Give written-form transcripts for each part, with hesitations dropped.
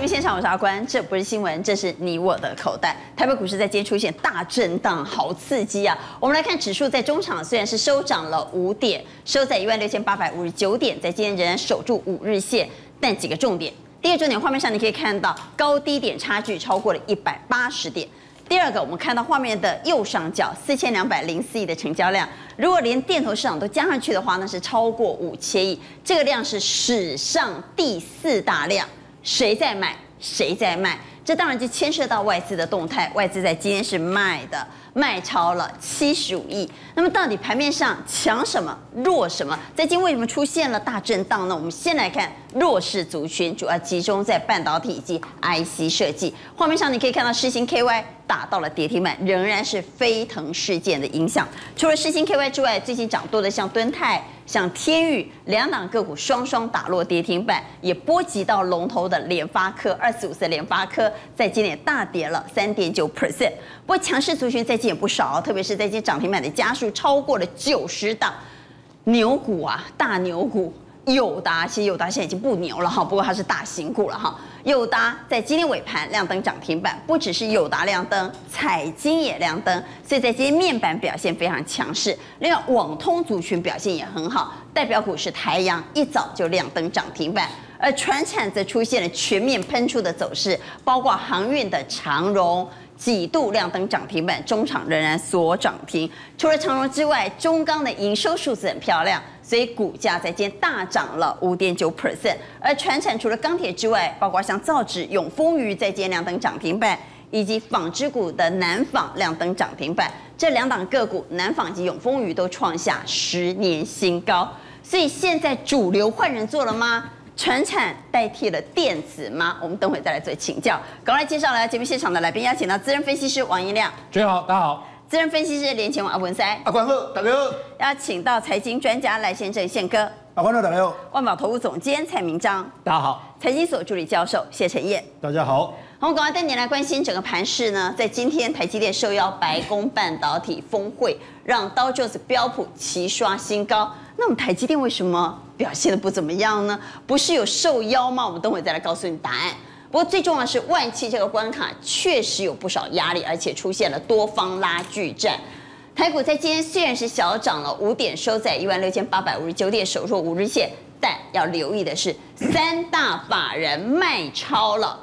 节目现场我是阿关，这不是新闻，这是你我的口袋。台北股市在今天出现大震荡，好刺激啊！我们来看指数在中场虽然是收涨了5点，收在16859点，在今天仍然守住5日线，但几个重点。第一个重点，画面上你可以看到高低点差距超过了180点。第二个，我们看到画面的右上角4204亿的成交量，如果连电投市场都加上去的话，那是超过5000亿，这个量是史上第4大量。谁在买，谁在卖，这当然就牵涉到外资的动态。外资在今天是卖的，卖超了75亿。那么到底盘面上强什么，弱什么？在今天为什么出现了大震荡呢？我们先来看弱势族群，主要集中在半导体以及 IC 设计。画面上你可以看到世芯 KY 打到了跌停板，仍然是飞腾事件的影响。除了世芯 KY 之外，最近涨多的像敦泰、像天宇2档个股双双打落跌停板，也波及到龙头的联发科2454联发科，在今天也大跌了3.9%。不过强势族群在今天也不少，特别是在今天涨停板的家数超过了90档，牛股啊，大牛股。友达，其实友达现在已经不牛了哈，不过它是大型股了哈。友达在今天尾盘亮灯涨停板，不只是友达亮灯，彩晶也亮灯，所以在今天面板表现非常强势。另外，网通族群表现也很好，代表股是台阳，一早就亮灯涨停板，而传产则出现了全面喷出的走势，包括航运的长荣。几度亮灯涨停板，中场仍然锁涨停。除了长荣之外，中钢的营收数字很漂亮，所以股价在今天大涨了5.9%。而传产除了钢铁之外，包括像造纸、永丰余在今天亮灯涨停板，以及纺织股的南纺亮灯涨停板。这2档个股，南纺及永丰余都创下10年新高。所以现在主流换人做了吗？传产代替了电子吗？我们等会再来做请教。赶快来介绍来节目现场的来宾，邀请到资深分析师王银亮， 各位好，大家好。 资深分析师连前王阿文塞， 阿关好，大家好。 邀请到财经专家赖先生宪哥， 阿关好，大家好。 万宝投顾总监蔡明章， 大家好。 财经所助理教授谢晨燕， 大家好。 我们赶快带你来关心整个盘势呢。在今天，台积电受邀白宫半导体峰会，让道琼斯标普齐刷新高。那么台积电为什么表现得不怎么样呢？不是有受邀吗？我们等会再来告诉你答案。不过最重要的是，万七这个关卡确实有不少压力，而且出现了多方拉锯战。台股在今天虽然是小涨了5点，收在16859点，守住5日线，但要留意的是，3大法人卖超了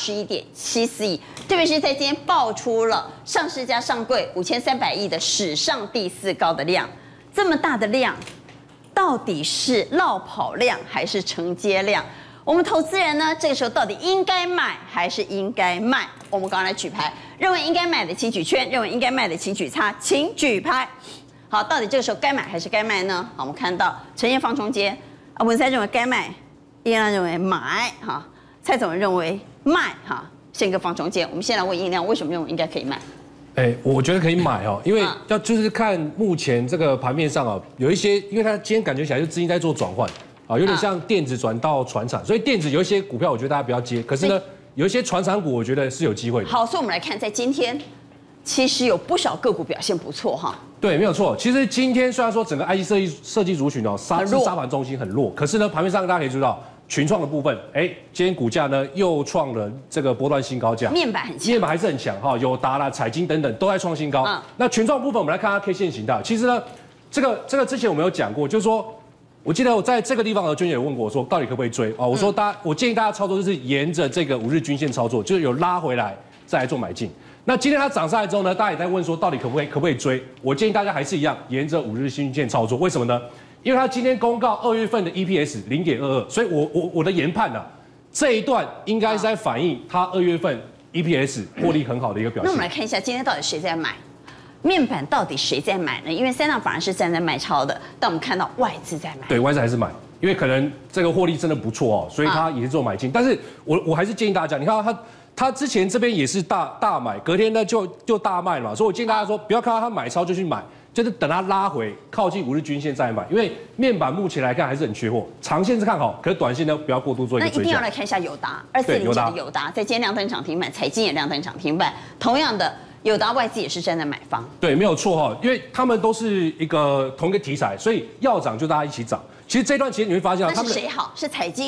81.74亿，特别是在今天爆出了上市加上柜5300亿的史上第4高的量，这么大的量，到底是落跑量还是承接量？我们投资人呢，这个时候到底应该买还是应该卖？我们刚刚来举牌，认为应该买的请举圈，认为应该卖的请举叉，请举牌。好，到底这个时候该买还是该卖呢？好，我们看到陈彦放中间，文塞认为该卖，依然认为买，哈，蔡总认为卖，哈，宪哥放中间。我们先来问印亮，为什么认为应该可以卖？ 我觉得可以买哦，因为就是看目前这个盘面上哦，有一些，因为它今天感觉起来就资金在做转换。啊，有点像电子转到传产，所以电子有一些股票，我觉得大家不要接。可是呢，有一些传产股，我觉得是有机会的。 好，所以我们来看，在今天，其实有不少个股表现不错哈。 对，没有错。其实今天虽然说整个 IC 设计族群哦，沙盘中心很弱，可是呢，盘面上大家可以知道，群创的部分，今天股价呢又创了这个波段新高价， 面板很强， 面板还是很强哈，友达啦、彩晶等等都在创新高。那群创部分，我们来看它 K 线形态，其实呢，这个之前我们有讲过，就是说。我记得我在这个地方，娟姐有问过我说，到底可不可以追？哦，我说我建议大家操作就是沿着这个5日均线操作，就是有拉回来再来做买进。那今天它涨上来之后呢，大家也在问说，到底可不可以追？我建议大家还是一样，沿着5日均线操作。为什么呢？因为它今天公告2月份的 EPS 0.22，所以我的研判呢，这一段应该是在反映它2月份 EPS 获利很好的一个表现。 那我们来看一下，今天到底谁在买？面板到底谁在买呢？因为3大法人是站在卖超的，但我们看到外资在买。 对，外资还是买，因为可能这个获利真的不错哦，所以他也是做买进。但是我还是建议大家，你看他之前这边也是大买，隔天呢就大卖嘛，所以我建议大家说，不要看到他买超就去买，就是等它拉回靠近5日均线再买，因为面板目前来看还是很缺货，长线是看好，可是短线呢不要过度做一个追加。 那一定要来看一下友达2407的友达，在今天亮灯涨停板，彩晶也亮灯涨停板，同样的。友达外资也是站在买方， 对，没有错哈，因为他们都是同一个题材，所以要涨就大家一起涨。其实这段期间你会发现， 那是谁好？是彩晶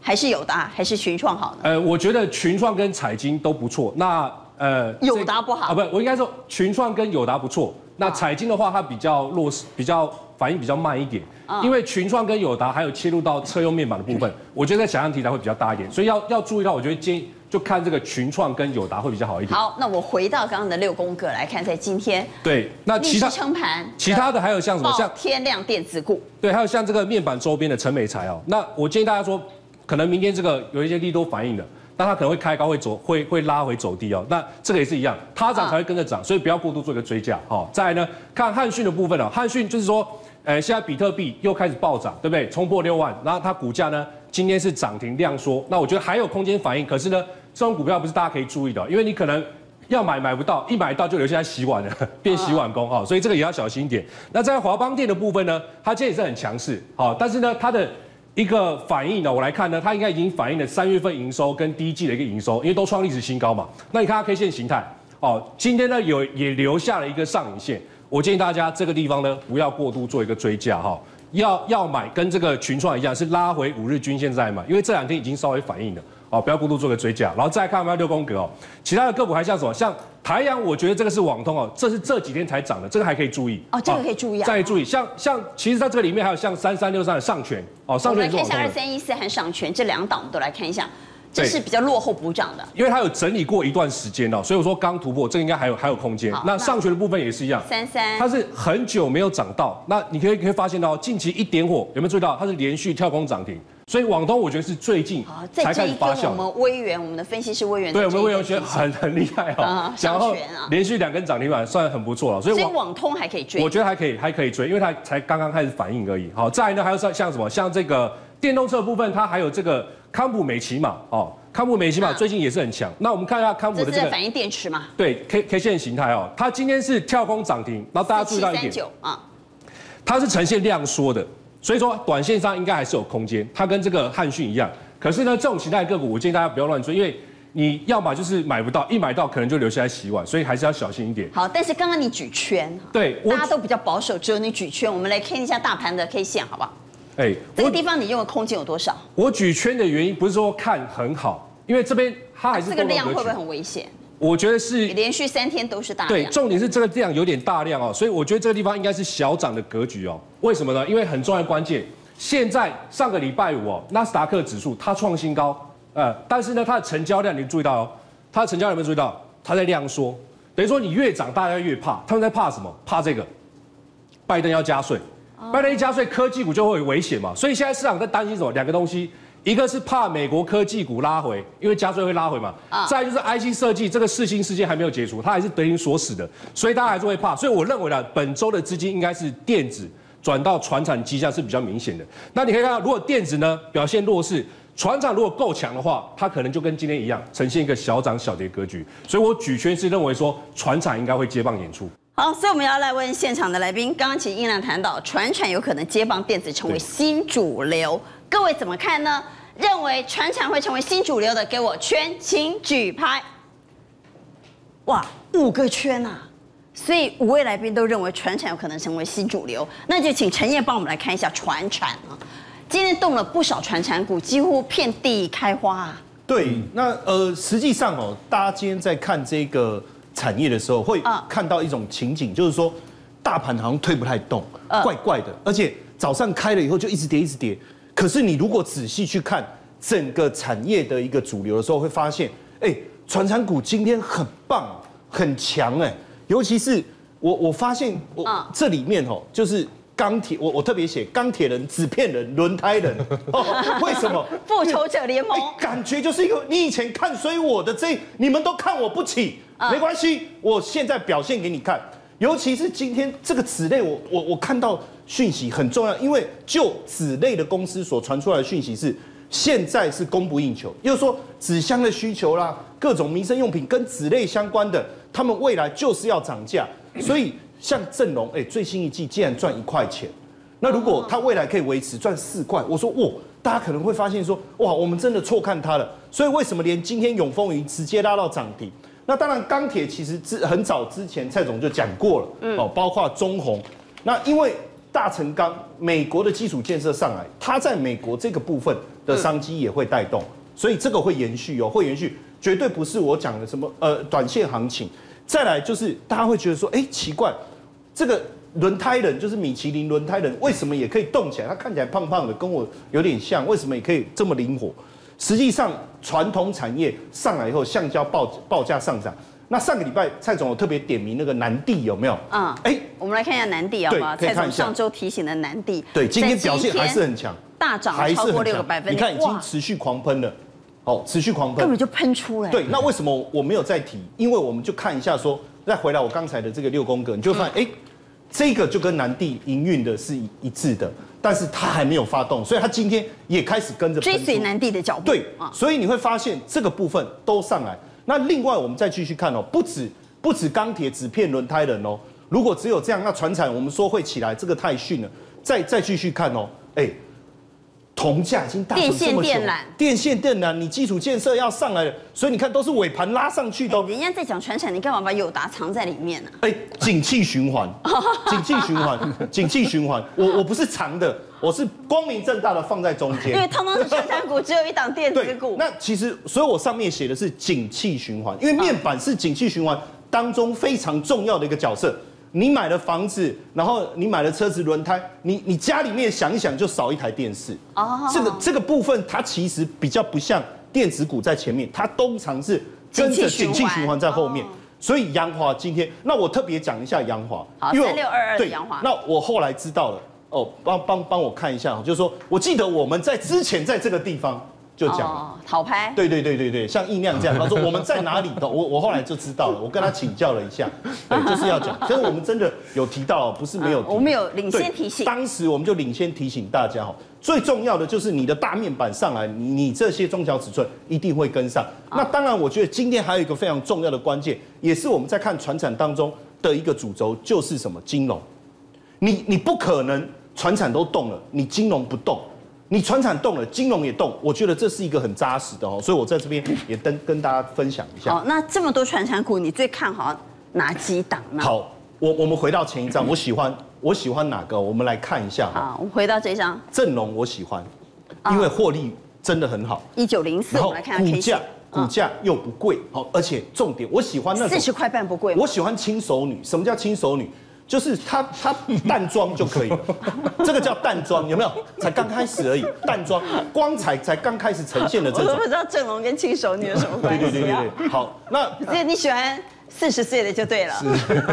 还是友达还是群创好呢？ 我觉得群创跟彩晶都不错。那友达不好啊，不，我应该说群创跟友达不错。那彩晶的话，它比较弱势，比较反应比较慢一点。因为群创跟友达还有切入到车用面板的部分，我觉得在想象题材会比较大一点，所以要注意到，我觉得建议就看这个群创跟友达会比较好一点。 好，那我回到刚刚的6宫格来看，在今天对，那其他撑盘， 其他的还有像什么像天亮电子股， 对，还有像这个面板周边的陈美材哦。那我建议大家说，可能明天这个有一些利多反应的。那它可能会开高，会拉回走低哦。那这个也是一样，它涨才会跟着涨，所以不要过度做一个追价。好，再来呢，看汉讯的部分哦。汉讯就是说，现在比特币又开始暴涨，对不对？冲破6万，然后它股价呢今天是涨停量缩。那我觉得还有空间反应，可是呢，这种股票不是大家可以注意的，因为你可能要买不到，一买到就留下来洗碗了，变洗碗工哈。所以这个也要小心一点。那在华邦电的部分呢，它今天也是很强势，好，但是呢，它的一个反应呢，我来看呢，它应该已经反映了3月份营收跟第一季的一个营收，因为都创历史新高嘛。那你看它 K 线形态，哦，今天呢也留下了一个上影线。我建议大家这个地方呢不要过度做一个追价哈，要买跟这个群创一样是拉回5日均线再买，因为这2天已经稍微反应了。哦，不要过度做个追价，然后再看我们6宫格哦，其他的个股还像什么？像台阳，我觉得这个是网通哦，这是这几天才涨的，这个还可以注意哦，这个可以注意啊。 再注意，像其实在这个里面还有像3363的上权哦，上权是网通的。 我们看一下2314和上权这2档，我们都来看一下，这是比较落后补涨的， 因为它有整理过一段时间哦，所以我说刚突破，这个应该还有空间。那上权的部分也是一样 ，33， 它是很久没有涨到，那你可以发现到近期一点火，有没有注意到它是连续跳空涨停？所以网通我觉得是最近才开始发酵。 我们威元，我们的分析师威元， 对我们威元觉得很厉害哦，然后连续2根涨停板算很不错了， 所以网通还可以追， 我觉得还可以追，因为它才刚刚开始反应而已。好，再来呢还有像什么，像这个电动车的部分，它还有这个康普美骑马哦，康普美骑马最近也是很强。那我们看一下康普的这个反应电池嘛， 对 K 线形态哦，它今天是跳空涨停，然后大家注意到一点，它是呈现量缩的。所以说，短线上应该还是有空间，它跟这个汉讯一样。可是呢，这种形态的个股，我建议大家不要乱追，因为你要么就是买不到，一买到可能就留下来洗碗，所以还是要小心一点。 好，但是刚刚你举圈， 对， 大家都比较保守，只有你举圈，我们来看一下大盘的 K 线，好不好？这个地方你用的空间有多少？ 我举圈的原因不是说看很好，因为这边它还是这个量会不会很危险？ 我觉得是连续3天都是大量， 对，重点是这个量有点大量哦，所以我觉得这个地方应该是小涨的格局哦。为什么呢？因为很重要的关键。现在上个礼拜5哦，纳斯达克指数它创新高，但是呢，它的成交量你注意到哦，它的成交量有没有注意到？它在量缩，等于说你越涨，大家越怕。他们在怕什么？怕这个，拜登要加税，拜登一加税，科技股就会有危险嘛。所以现在市场在担心什么？2个东西，一个是怕美国科技股拉回，因为加税会拉回嘛。再来就是 IC 设计这个世芯事件还没有解除，它还是等于锁死的，所以大家还是会怕。所以我认为呢，本周的资金应该是电子。转到传产迹象是比较明显的。那你可以看到，如果电子呢表现弱势，传产如果够强的话，它可能就跟今天一样，呈现一个小涨小跌格局。所以我举圈是认为说，传产应该会接棒演出。 好，所以我们要来问现场的来宾，刚刚其实英良谈到，传产有可能接棒电子成为新主流，各位怎么看呢？认为传产会成为新主流的，给我圈，请举牌。哇，5个圈啊！所以5位来宾都认为传产有可能成为新主流，那就请陈燕帮我们来看一下传产啊。今天动了不少传产股，几乎遍地开花啊。 对，那实际上哦，大家今天在看这个产业的时候，会看到一种情景，就是说大盘好像推不太动，怪怪的，而且早上开了以后就一直跌一直跌。可是你如果仔细去看整个产业的一个主流的时候，会发现，传产股今天很棒，很强尤其是我发现这里面就是钢铁，我特别写钢铁人、纸片人、轮胎人为什么？ 复仇者联盟感觉就是一个你以前看衰我的你们都看我不起，没关系，我现在表现给你看。尤其是今天这个纸类，我看到讯息很重要，因为就纸类的公司所传出来的讯息是，现在是供不应求，也就是说纸箱的需求啦，各种民生用品跟纸类相关的。他们未来就是要涨价，所以像正隆，最新一季竟然赚1块钱，那如果它未来可以维持赚4块，我说大家可能会发现说，我们真的错看它了。所以为什么连今天永丰余直接拉到涨停？那当然钢铁其实很早之前蔡总就讲过了，包括中红，那因为大成钢，美国的基础建设上来，它在美国这个部分的商机也会带动，所以这个会延续哦，会延续，绝对不是我讲的什么短线行情。再来就是大家会觉得说，奇怪，这个轮胎人就是米其林轮胎人，为什么也可以动起来？他看起来胖胖的，跟我有点像，为什么也可以这么灵活？实际上，传统产业上来以后，橡胶报价上涨。那上个礼拜蔡总有特别点名那个南地有没有？ 我们来看一下南地好不好？蔡总上周提醒的南地， 对，今天表现还是很强， 大涨超过6个百分点， 你看已经持续狂喷了，持续狂喷， 根本就喷出来。 对，那为什么我没有再提？因为我们就看一下说，再回来我刚才的这个6宫格，你就会发现，这个就跟南地营运的是一致的，但是它还没有发动，所以它今天也开始跟着追随南地的脚步。 对，所以你会发现这个部分都上来。那另外我们再继续看哦，不止钢铁、纸片、轮胎人哦，如果只有这样，那传产我们说会起来，这个太逊了。再继续看哦，铜价已经大涨这么久，电线电缆，你基础建设要上来了，所以你看都是尾盘拉上去的。 人家在讲传产，你干嘛把友达藏在里面呢？ 景气循环，景气循环，我不是藏的，我是光明正大的放在中间。 因为通通是传产股，只有一档电子股。 那其实，所以我上面写的是景气循环，因为面板是景气循环当中非常重要的一个角色。你买了房子，然后你买了车子、轮胎，你家里面想一想就少一台电视。这个部分它其实比较不像电子股在前面，它通常是跟着景气循环在后面。所以阳华今天，那我特别讲一下阳华， 因为3622的阳华。 那我后来知道了，帮我看一下，就是说我记得我们在之前在这个地方。就讲了讨拍， 对，像意亮这样，他说我们在哪里的，我后来就知道了，我跟他请教了一下，对，就是要讲，所以我们真的有提到，不是没有提， 我们有领先提醒， 当时我们就领先提醒大家最重要的就是你的大面板上来，你这些中小尺寸一定会跟上。那当然，我觉得今天还有一个非常重要的关键，也是我们在看传产当中的一个主轴，就是什么金融，你不可能传产都动了，你金融不动。你传产动了，金融也动，我觉得这是一个很扎实的所以我在这边也跟大家分享一下。 那这么多传产股，你最看好哪几档呢？ 好，我们回到前一张，我喜欢哪个？我们来看一下。 好，我们回到这一张， 正隆我喜欢，因为获利真的很好。 1904，我们来看看股价又不贵，而且重点我喜欢那种 40块半不贵。 我喜欢轻熟女，什么叫轻熟女？就是它淡妆就可以了，这个叫淡妆，有没有？才刚开始而已，淡妆光彩才刚开始呈现的这种。 我都不知道正隆跟轻熟女有什么关系。 对，好，那所以你喜欢40岁的就对了。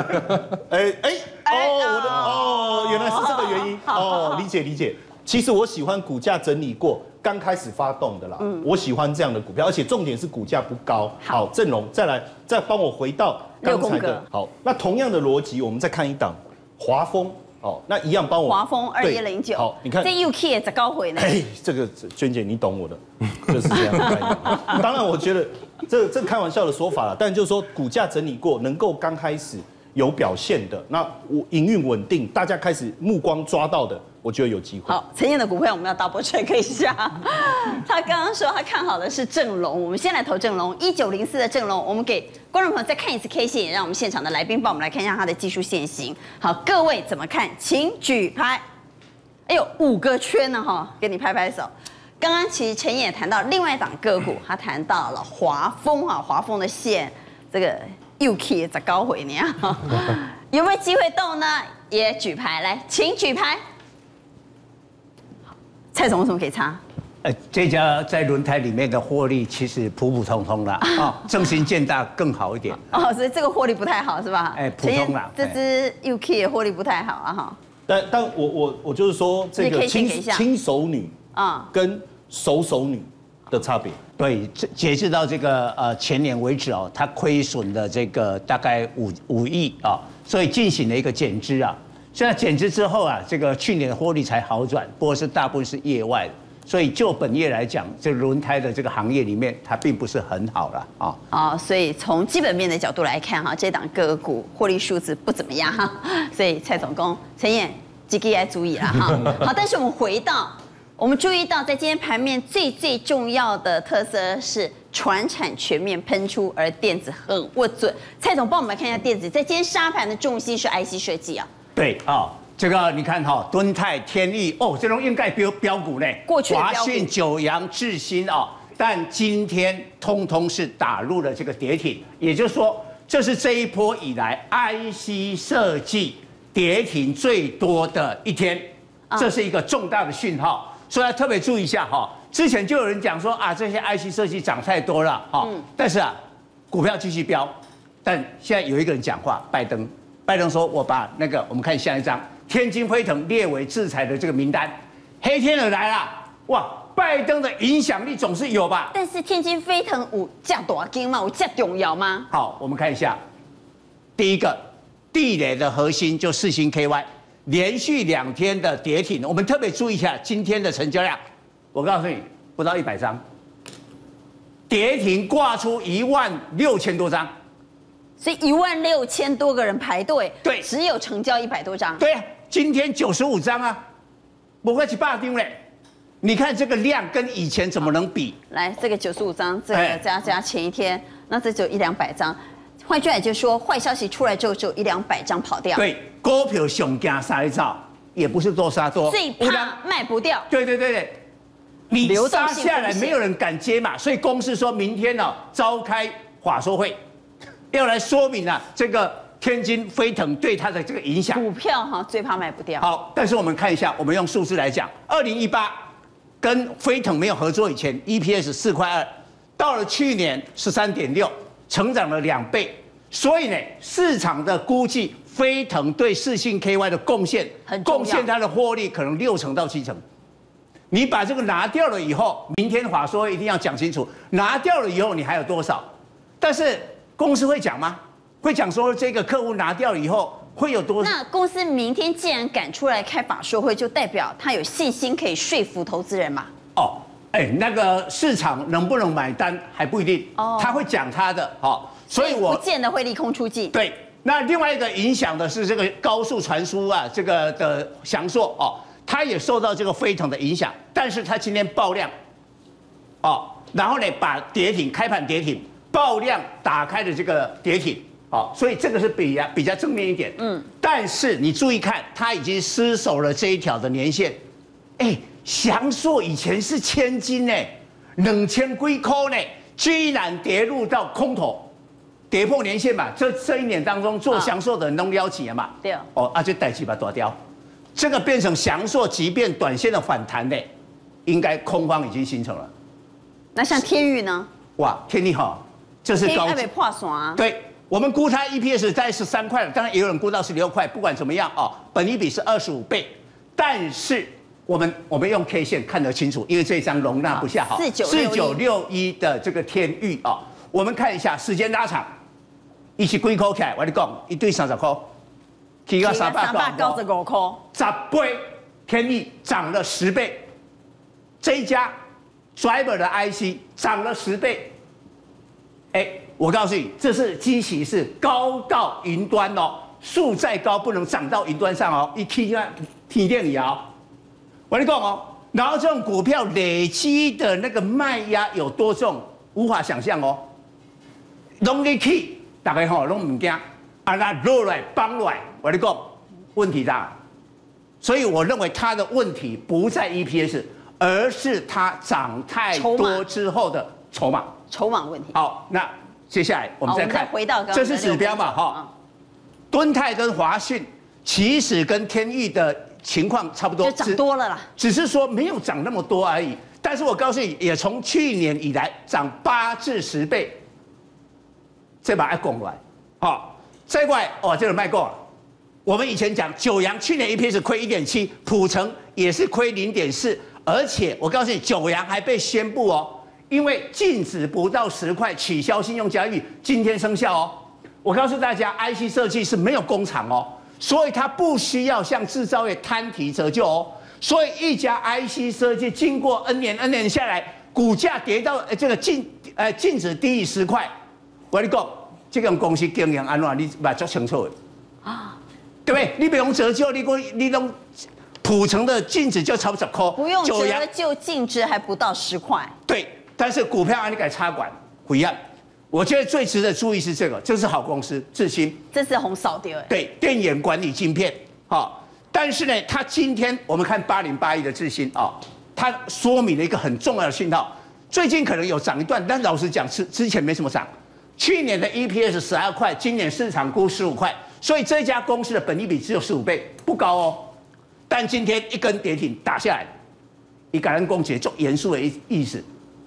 原来是这个原因理解。其实我喜欢股价整理过刚开始发动的啦，我喜欢这样的股票，而且重点是股价不高。好，正隆再帮我回到刚才的。好，那同样的逻辑，我们再看一档华丰。那一样帮我。 华丰2109。 好，你看这 UK 也在高回呢。 这个娟姐你懂我的，就是这样的概念。当然，我觉得这开玩笑的说法了，但就是说股价整理过，能够刚开始有表现的，那营运稳定，大家开始目光抓到的。我觉得有机会。 好，陈燕的股票我们要 double check 一下。他刚刚说他看好的是正隆，我们先来投正隆，1904的正隆，我们给观众朋友再看一次 K 线，也让我们现场的来宾帮我们来看一下它的技术线型。好，各位怎么看？请举牌。哎呦，5个圈呢给你拍拍手。刚刚其实陈燕也谈到另外一档个股，他谈到了华丰华丰的线这个UK 在高回呢，有没有机会动呢？也举牌来，请举牌。蔡总为什么可以差？ 这家在轮胎里面的获利其实普普通通啦，正新建大更好一点。 所以这个获利不太好是吧？ 普通啦。 这支 UK 也获利不太好啊但我就是说这个轻熟女跟熟女的差别。 对，截至到这个前年为止它亏损的这个大概5亿所以进行了一个减资现在减资之后这个去年的获利才好转，不过是大部分是业外的，所以就本业来讲，这轮胎的这个行业里面，它并不是很好了所以从基本面的角度来看这档个股获利数字不怎么样所以蔡总工、陈燕这个要注意了好，但是我们注意到，在今天盘面最重要的特色是传产全面喷出，而电子很握准。蔡总帮我们来看一下电子，在今天沙盘的重心是 IC 设计对这个你看哈，敦泰、天域哦，这种应该标股呢，华讯、九阳、智新啊，但今天通通是打入了这个跌停，也就是说，这是这一波以来 IC 设计跌停最多的一天，这是一个重大的讯号，所以要特别注意一下哈。之前就有人讲说啊，这些 IC 设计涨太多了哈，但是啊，股票继续飙，但现在有一个人讲话，拜登说，我把那个我们看下一张。天津飞腾列为制裁的这个名单，黑天鹅来了，哇！拜登的影响力总是有吧？ 但是天津飞腾有这么大间吗？有这么重要吗？ 好，我们看一下，第一个地雷的核心就世芯 KY， 连续2天的跌停，我们特别注意一下今天的成交量，我告诉你，不到100张，跌停挂出16000多张。 所以16000多个人排队， 对， 只有成交100多张。 对啊，今天95张啊，不会去霸定嘞。你看这个量跟以前怎么能比？ 来，这个95张，这个加前一天，那这只有100-200张。换句话也就是说，坏消息出来之后，只有100-200张跑掉。 对，股票上惊杀一兆，也不是多杀多， 最怕卖不掉。 对，你杀下来，没有人敢接嘛，所以公司说明天呢召开法说会。要来说明啊，这个天津飞腾对它的这个影响。 股票哈最怕卖不掉。 好，但是我们看一下，我们用数字来讲，2018跟飞腾没有合作以前 ，EPS 4.2块，到了去年13.6，成长了2倍。所以呢，市场的估计，飞腾对世芯 KY 的贡献，贡献它的获利可能60%到70%。你把这个拿掉了以后，明天法说一定要讲清楚，拿掉了以后你还有多少？但是公司会讲吗？会讲说这个客户拿掉了以后会有多少？ 那公司明天既然敢出来开法说会，就代表他有信心可以说服投资人嘛？ 哦，那个市场能不能买单还不一定，他会讲他的，所以我不见得会利空出尽。 对，那另外一个影响的是这个高速传输啊，这个的翔硕它也受到这个飞腾的影响，但是它今天爆量，然后呢把跌停开盘跌停。爆量打开的这个跌停，所以这个是比较正面一点。但是你注意看，它已经失守了这一条的年线。翔硕以前是1000金呢，2000几块呢，居然跌入到空头，跌破年线嘛。这一年当中做翔硕的人都了解了嘛。 对。 就代志把大掉，这个变成翔硕，即便短线的反弹呢，应该空方已经形成了。 那像天宇呢？ 哇，天宇好。这是高，对，我们估它 EPS 在13块，当然也有人估到16块，不管怎么样本益比是25倍，但是我们用 K 线看得清楚，因为这一张容纳不下4961的这个天域我们看一下时间拉长，一起几块起来，我跟你讲，一对30块，起到 395块 ，10倍，天域涨了10倍，这一家 driver 的 IC 涨了10倍。我告诉你，这是基期是高到云端树再高不能长到云端上一起啊天顶摇。我跟你讲然后这种股票累积的那个卖压有多重，无法想象拢你去，大家拢唔惊，那落来崩来，我跟你讲，问题大。所以我认为它的问题不在 EPS， 而是它涨太多之后的筹码问题。 好，那接下来我们再看， 回到这是指标嘛，敦泰跟华讯其实跟天域的情况差不多， 就涨多了啦， 只是说没有涨那么多而已。但是我告诉你，也从去年以来涨8至10倍，这把要拱来，再过来这个卖够了。我们以前讲九阳去年 EPS 亏1.7，普成也是亏0.4，而且我告诉你，九阳还被宣布因为净值不到10块，取消信用交易，今天生效我告诉大家 ，IC 设计是没有工厂所以它不需要向制造业摊提折旧所以一家 IC 设计经过 N 年下来，股价跌到这个净值低于10块，我跟你讲，这种公司经营安怎，你把做清楚的对不对？你不用折旧，你弄普成的净值就超10块， 不用折旧，净值还不到10块， 对。但是股票你改插管不一样，我觉得最值得注意是这个，这是好公司，智新， 这是红扫掉对，电源管理晶片，但但是呢，它今天我们看8081的智新啊，它说明了一个很重要的讯号，最近可能有涨一段，但老实讲之前没什么涨。去年的 EPS 12块，今年市场估15块，所以这家公司的本益比只有15倍，不高哦。但今天一根跌停打下来，以感恩公节做严肃的意思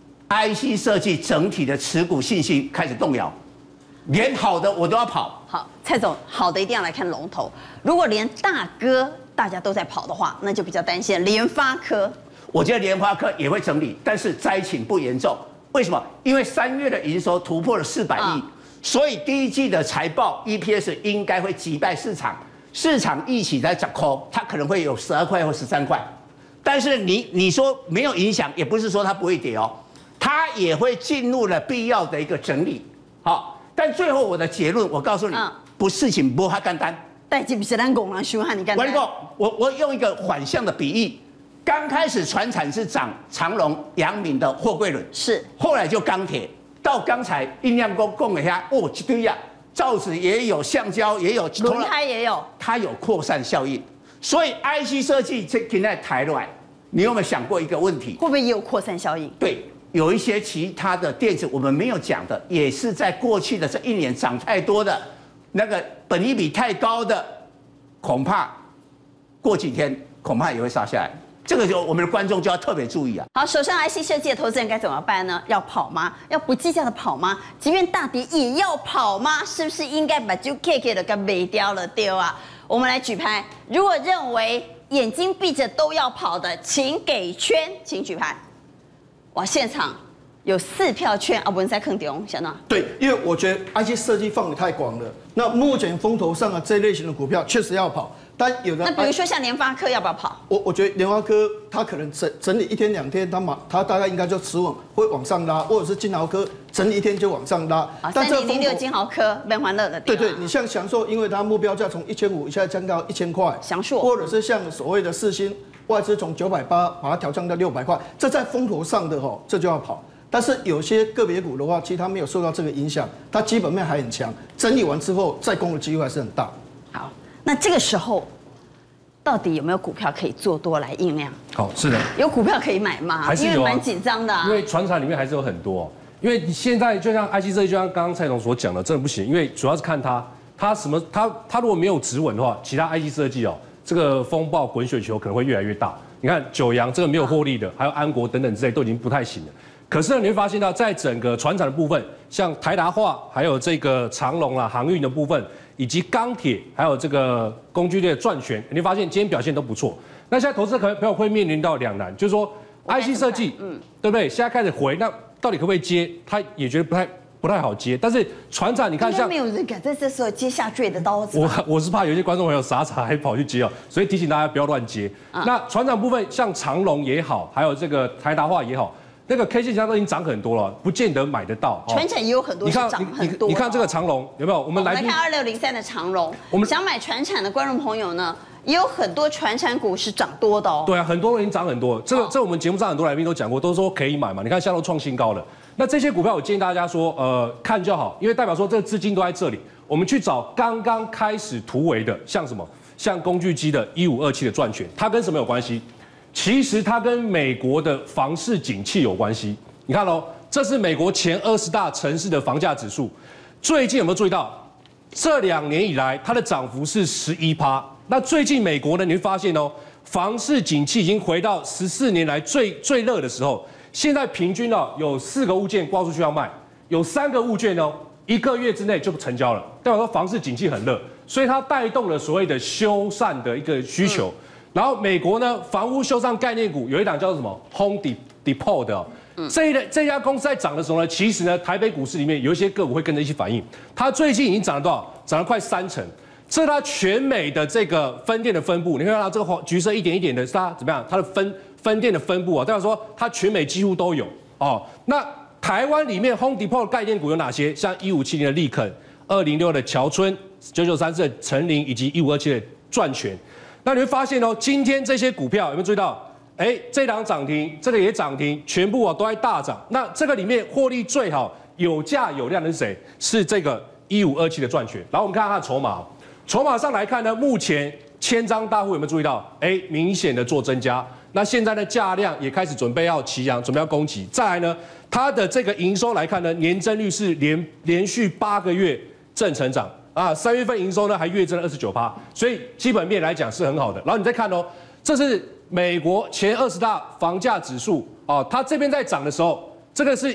，IC 设计整体的持股信心开始动摇，连好的我都要跑。 好，蔡总，好的一定要来看龙头，如果连大哥大家都在跑的话，那就比较担心联发科。 我觉得联发科也会整理，但是灾情不严重。为什么？因为3月的营收突破了400亿，所以第一季的财报 EPS 应该会击败市场预期在10块，它可能会有12块或13块。但是你说没有影响，也不是说它不会跌哦，它也会进入了必要的一个整理。好，但最后我的结论，我告诉你，事情不太简单。 代志不是咱工人想和你干。 我用一个反向的比喻。刚开始传产是涨长荣、阳明的货柜轮， 是， 后来就钢铁，到刚才印量供了下，哦，一堆呀，造纸也有，橡胶也有， 轮胎也有， 它有扩散效应。所以 IC 设计这现在抬来，你有没有想过一个问题？ 会不会也有扩散效应？ 对，有一些其他的电子我们没有讲的，也是在过去的这1年涨太多的，那个本益比太高的，恐怕过几天恐怕也会杀下来。这个我们的观众就要特别注意啊！ 好，手上 IC 设计的投资人该怎么办呢？要跑吗？要不计价的跑吗？即便大跌也要跑吗？是不是应该把就 K 的给没掉了丢啊？我们来举牌，如果认为眼睛闭着都要跑的，请给圈，请举牌。哇，现场有4票圈啊，不能再坑丢，小娜。 对，因为我觉得 IC 设计范围太广了。那目前风头上的这类型的股票确实要跑。但有的， 那比如说像联发科要不要跑？ 我觉得联发科它可能整理1天2天，它大概应该就持稳会往上拉，或者是金豪科整理1天就往上拉。 但3006金豪科蛮欢乐的。 对，你像祥硕，因为它目标价从1500现在降到1000块， 祥硕， 或者是像所谓的世芯，外资从980把它调降到600块，这在风头上的这就要跑。但是有些个别股的话，其实它没有受到这个影响，它基本面还很强，整理完之后再攻的机会还是很大。 好。那这个时候，到底有没有股票可以做多来酝酿？ 好，是的， 有股票可以买吗？ 还是有啊， 因为蛮紧张的啊。 因为传产里面还是有很多，因为现在就像 IC 设计，就像刚刚蔡总所讲的，真的不行，因为主要是看它如果没有止稳的话，其他 IC 设计这个风暴滚雪球可能会越来越大。你看九阳这个没有获利的，还有安国等等之类都已经不太行了。可是呢，你会发现到在整个传产的部分，像台达化，还有这个长荣啊航运的部分。以及钢铁，还有这个工具类的赚钱，你会发现今天表现都不错。那现在投资朋友会面临到2难，就是说 IC 设计，对不对？现在开始回，那到底可不可以接？他也觉得不太好接。但是传产，你看像没有人敢在这时候接下坠的刀子。 我是怕有些观众朋友傻还跑去接所以提醒大家不要乱接。那传产部分，像长荣也好，还有这个台达化也好。那个 K 线上都已经涨很多了，不见得买得到。 传产也有很多是涨很多。 你看这个长荣有没有？我们来看2603的长荣。我们想买传产的观众朋友呢，也有很多传产股是涨多的哦。 对啊，很多人已经涨很多。这我们节目上很多来宾都讲过，都说可以买嘛。你看现在都创新高了。那这些股票我建议大家说，看就好，因为代表说这个资金都在这里。我们去找刚刚开始突围的，像什么？像工具机的1527的赚钱，它跟什么有关系？其实它跟美国的房市景气有关系。你看这是美国前20大城市的房价指数。最近有没有注意到，这2年以来它的涨幅是11%。那最近美国呢，你会发现房市景气已经回到14年来最热的时候。现在平均有4个物件挂出去要卖，有3个物件1个月之内就成交了，代表说房市景气很热，所以它带动了所谓的修缮的一个需求。然后美国呢，房屋修缮概念股有一档叫做什么 Home Depot 的这家公司在涨的时候呢，其实呢，台北股市里面有一些个股会跟着一起反应。它最近已经涨了多少？涨了快3成。这是它全美的这个分店的分布，你看到这个橘色一点一点的，是它怎么样？它的分店的分布代表说它全美几乎都有那台湾里面 Home Depot 的概念股有哪些？像1570的立肯、206的侨春、9934的成林以及1527的赚钱。那你会发现今天这些股票有没有注意到？这档涨停，这个也涨停，全部都在大涨。那这个里面获利最好、有价有量的是谁？是这个1527的赚钱。然后我们看看它的筹码，筹码上来看呢，目前千张大户有没有注意到？明显的做增加。那现在的价量也开始准备要齐扬，准备要攻击。再来呢，它的这个营收来看呢，年增率是连续8个月正成长啊，3月份营收呢还月增了29%，所以基本面来讲是很好的。然后你再看哦，这是美国前20大房价指数哦，它这边在涨的时候，这个是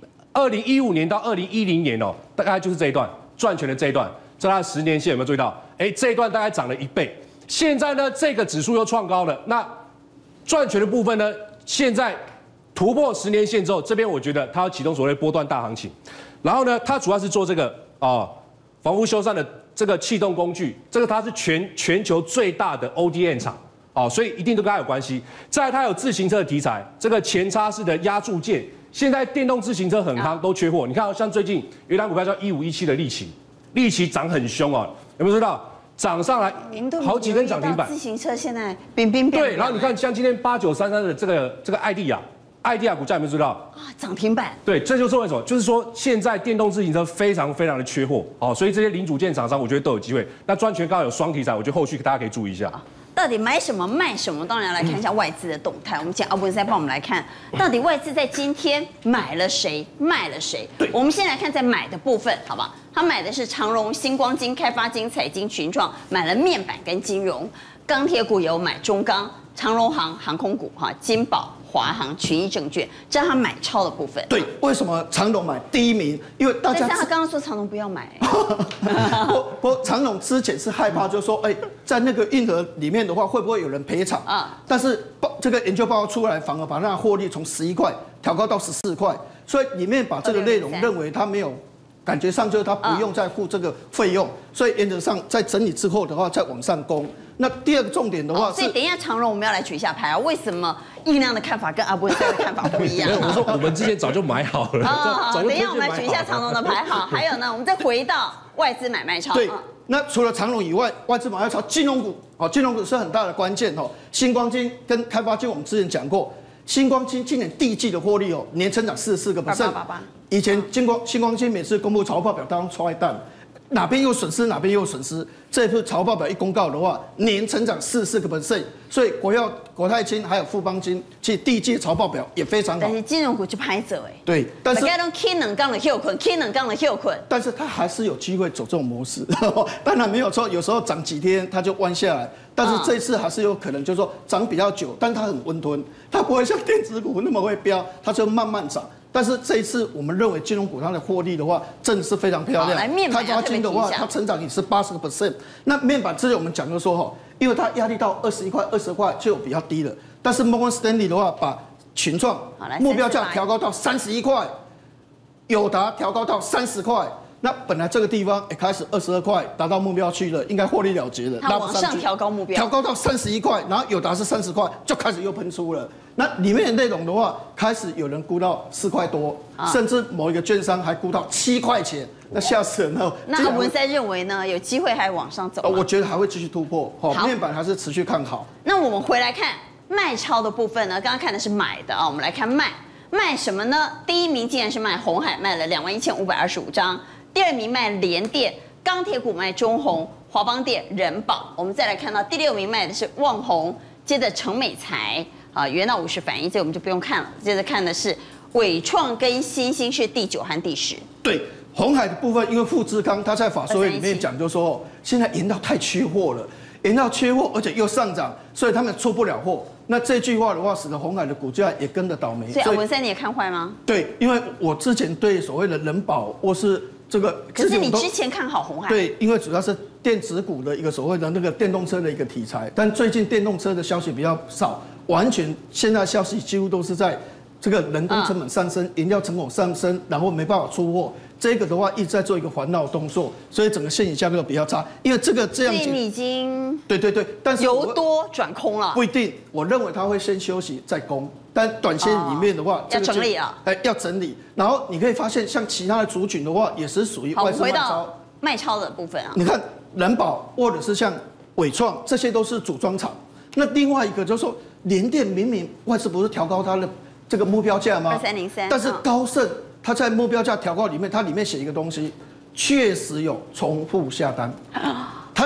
2015年到2010年哦，大概就是这一段赚钱的这一段，这它的10年线有没有注意到？这一段大概涨了1倍。现在呢，这个指数又创高了，那赚钱的部分呢，现在突破10年线之后，这边我觉得它要启动所谓波段大行情。然后呢，它主要是做这个房屋修缮的这个气动工具，这个它是全球最大的 ODM 厂所以一定都跟它有关系。再来它有自行车的题材，这个前叉式的压铸件，现在电动自行车很夯，都缺货。你看，像最近有一档股票叫1517的力奇涨很凶有没有知道？涨上来好几根涨停板， 自行车现在冰冰冰。 对，然后你看像今天8933的这个艾迪亚股价有没有知道？ 涨停板。对， 这就是为什么，就是说现在电动自行车非常非常的缺货所以这些零组件厂商我觉得都有机会。那专权刚好有双题材，我觉得后续大家可以注意一下。 到底买什么卖什么？当然要来看一下外资的动态。我们请阿文再帮我们来看，到底外资在今天买了谁，卖了谁？对，我们先来看在买的部分，好吧？他买的是长荣、星光金、开发金、彩金、群创，买了面板跟金融。钢铁股有买中钢、长荣航空股金宝、华航、群益证券，这是他买超的部分。 对，为什么长荣买第1名？因为大家。 但是他刚刚说长荣不要买。 不，长荣之前是害怕，就是说，在那个运河里面的话，会不会有人赔偿啊？但是这个研究报告出来，反而把那获利从11块调高到14块，所以里面把这个内容认为他没有。感觉上就是他不用再付这个费用，所以原则上在整理之后的话，再往上攻。那第二个重点的话是， 所以等一下长荣我们要来取一下牌为什么印量的看法跟阿波在的看法不一样？ 我说我们之前早就买好了。 好，等一下我们来取一下长荣的牌好，还有呢，我们再回到外资买卖超。 对，那除了长荣以外，外资买卖超金融股金融股是很大的关键星光金跟开发金我们之前讲过。星光金今年第一季的获利年成长44%。以前星光金每次公布财报表当中戳一弹，哪边有损失哪边有损失。这次财报表一公告的话，年成长44%，所以国泰金还有富邦金，其实第一季财报表也非常好。 但是金融股就拍走对，但是大家都 K 能杠的休困 ，K 能杠的休困。 但是它还是有机会走这种模式，当然没有错，有时候涨几天它就弯下来。但是这次还是有可能，就是说涨比较久，但是它很温吞，它不会像电子股那么会飙，它就慢慢涨。但是这一次我们认为金融股它的获利的话，真的是非常漂亮。开发金的话，它成长也是80%。那面板之前我们讲就说因为它压力到21块、20块就比较低了。但是 Morgan Stanley 的话，把群创目标价调高到31块，友达调高到30块。那本来这个地方开始22块达到目标区了，应该获利了结了。 它往上调高目标， 调高到31块，然后友达是30块，就开始又喷出了。那里面的内容的话，开始有人估到4块多，甚至某一个券商还估到7块钱，那吓死人了。 那文森认为呢，有机会还往上走？ 我觉得还会继续突破，面板还是持续看好。 那我们回来看卖超的部分呢？刚刚看的是买的我们来看卖什么呢？第1名竟然是卖鸿海，卖了21525张。第2名卖联电，钢铁股卖中鸿、华邦电、人保。我们再来看到第6名卖的是旺宏，接着成美材元到50反应，这我们就不用看了。接着看的是伟创跟新兴是第9和第10。 对，鸿海的部分，因为富士康他在法说会里面讲，就说现在研到太缺货了，研到缺货，而且又上涨，所以他们出不了货。那这句话的话，使得鸿海的股价也跟着倒霉。 所以文森你也看坏吗？ 对，因为我之前对所谓的人保或是这个， 可是你之前看好鸿海？ 对，因为主要是电子股的一个所谓的那个电动车的一个题材，但最近电动车的消息比较少，完全现在消息几乎都是在这个人工成本上升、原料成本上升，然后没办法出货。这个的话一直在做一个环绕动作，所以整个现行价格比较差。因为这个这样子， 所以你已经对，但是由多转空了， 不一定。我认为它会先休息再攻，但短线里面的话， 要整理啊， 要整理。然后你可以发现，像其他的族群的话，也是属于外资卖超。 卖超的部分你看人保或者是像伟创，这些都是组装厂。那另外一个就是说，联电明明外资不是调高它的这个目标价吗 ？2303， 但是高盛它在目标价调高里面，它里面写一个东西，确实有重复下单。它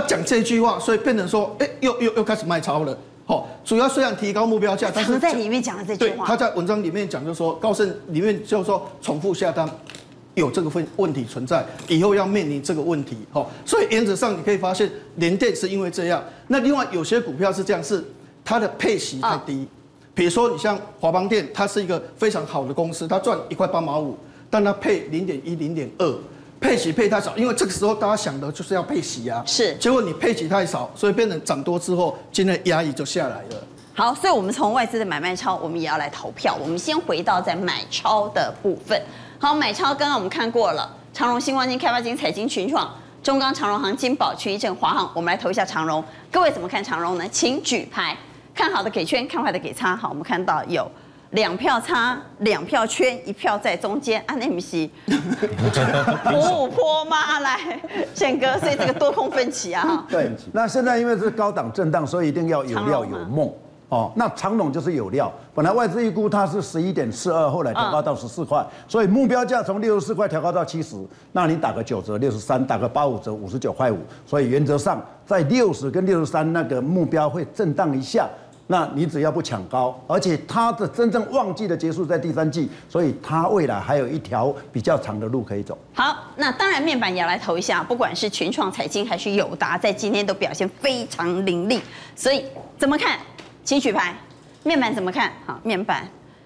讲这句话，所以变成说，又开始卖超了。主要虽然提高目标价，但是在里面讲了这句话。 他在文章里面讲，就是说高盛里面就是说重复下单有这个问题存在，以后要面临这个问题。所以原则上你可以发现，联电是因为这样。那另外有些股票是这样，是它的配息太低。比如说你像华邦电，它是一个非常好的公司，它赚1块8毛5，但它配0.1、0.2。配息配太少，因为这个时候大家想的就是要配息啊， 是， 结果你配息太少，所以变成涨多之后，今天压抑就下来了。 好，所以我们从外资的买卖超，我们也要来投票。我们先回到在买超的部分。好，买超刚刚我们看过了，长荣、新光金、开发金、彩金、群创、中钢、长荣航、金宝、群益证、华航，我们来投一下长荣。各位怎么看长荣呢？请举牌，看好的给圈，看坏的给叉。好，我们看到有2票叉，2票圈，1票在中间。啊，那不是五五坡吗？来，宪哥，所以这个多空分歧啊。 对，那现在因为是高档震荡，所以一定要有料有梦哦。那长荣就是有料，本来外资预估它是11.42，后来调高到14块，所以目标价从64块调高到70，那你打个9折63，打个85折59块5，所以原则上在60跟63那个目标会震荡一下。那你只要不抢高，而且它的真正旺季的结束在第3季，所以它未来还有一条比较长的路可以走。 好，那当然面板也要来投一下，不管是群创、彩晶还是友达，在今天都表现非常凌厉。所以怎么看？请举牌。面板怎么看？好，面板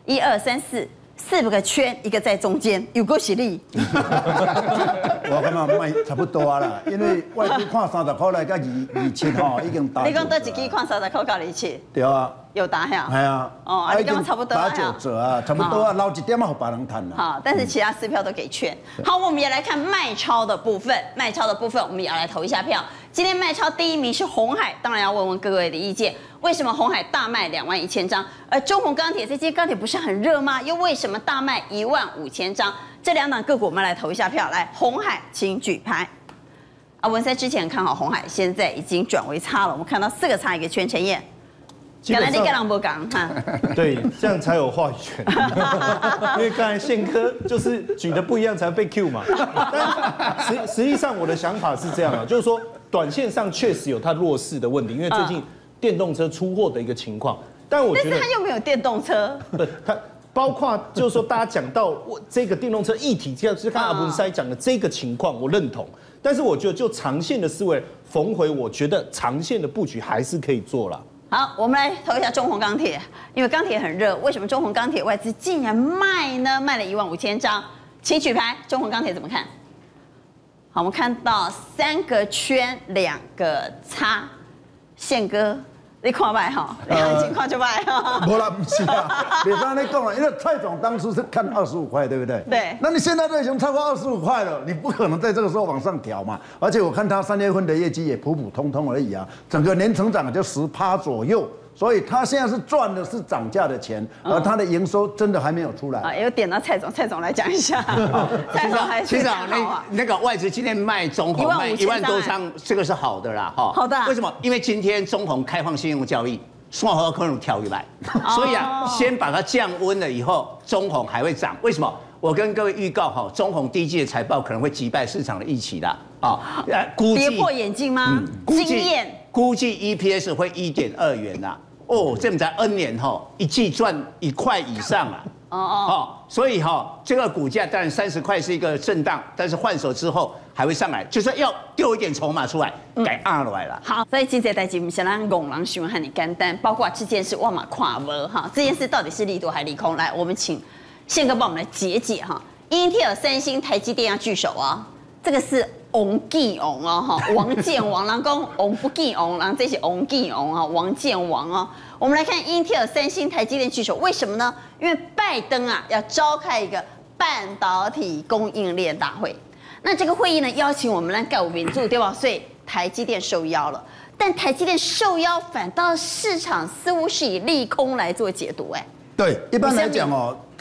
1、2、3、4个圈，一个在中间，有够实力。 我感觉卖差不多啦，因为外资看30块来到2700吼，已经打。 你讲多一支看30块到27？ 对啊。 有打呀？ 系啊。 哦，你刚刚差不多打9折啊，差不多啊，捞一点嘛，给别人赚了。 好，但是其他4票都给券。好，我们也来看卖超的部分，卖超的部分我们也要来投一下票。今天卖超第1名是鸿海，当然要问问各位的意见，为什么鸿海大卖21000张，而中宏钢铁这些钢铁不是很热吗？又为什么大卖15000张？这2档个股我们来投一下票。来，鸿海请举牌。啊，文森之前看好鸿海，现在已经转为差了。我们看到4个差1个圈，陈燕。原来你跟人不讲哈， 对，这样才有话语权。因为刚才宪哥就是举的不一样才被 Q 嘛。但实际上我的想法是这样啊，就是说短线上确实有它弱势的问题，因为最近电动车出货的一个情况。但我觉得， 但是它又没有电动车。 不，它包括就是说大家讲到这个电动车议题，就是刚阿文塞讲的这个情况，我认同。但是我觉得就长线的思维逢回，我觉得长线的布局还是可以做了。 好，我们来投一下中宏钢铁，因为钢铁很热，为什么中宏钢铁外资竟然卖呢？卖了15000张，请举牌。中宏钢铁怎么看？好，我们看到3个圈2个叉，宪哥。你看卖哈，你情况就卖哈。 没啦，不是啦，别刚才讲了，因为蔡总当初是看25块，对不对？ 对。 那你现在都已经超过25块了，你不可能在这个时候往上调嘛。而且我看他3月份的业绩也普普通通而已啊，整个年成长就10%左右。所以他现在是赚的是涨价的钱，而他的营收真的还没有出来。 啊，有点到蔡总，蔡总来讲一下。蔡总还其实那个外资今天卖中宏卖1万多张，这个是好的啦，哈。 好的。 为什么？因为今天中宏开放信用交易，双核可能跳一来，所以啊，先把它降温了以后，中宏还会涨。为什么？我跟各位预告哈，中宏第1季的财报可能会击败市场的预期的啊，估计跌破眼镜吗？惊艳。 估计 EPS 会1.2元呐，哦，这么才 N 年哈，一季赚1块以上啊，所以这个股价当然30块是一个震荡，但是换手之后还会上来，就是要丢一点筹码出来，该压落来了。 好，所以今天代志不是咱拱狼询问和你简单，包括这件事我嘛看无哈，这件事到底是利多还利空？来，我们请宪哥帮我们来解解哈。英特尔、三星、台积电要聚首啊，这个是。王建王哦，哈，王建王，人讲王不建王，人这是王建王啊，王建王哦。我们来看英特尔、三星、台积电聚首，为什么呢？因为拜登啊要召开一个半导体供应链大会，那这个会议呢邀请我们来盖五民主对吧？所以台积电受邀了，但台积电受邀反倒市场似乎是以利空来做解读，哎。 对，一般来讲哦，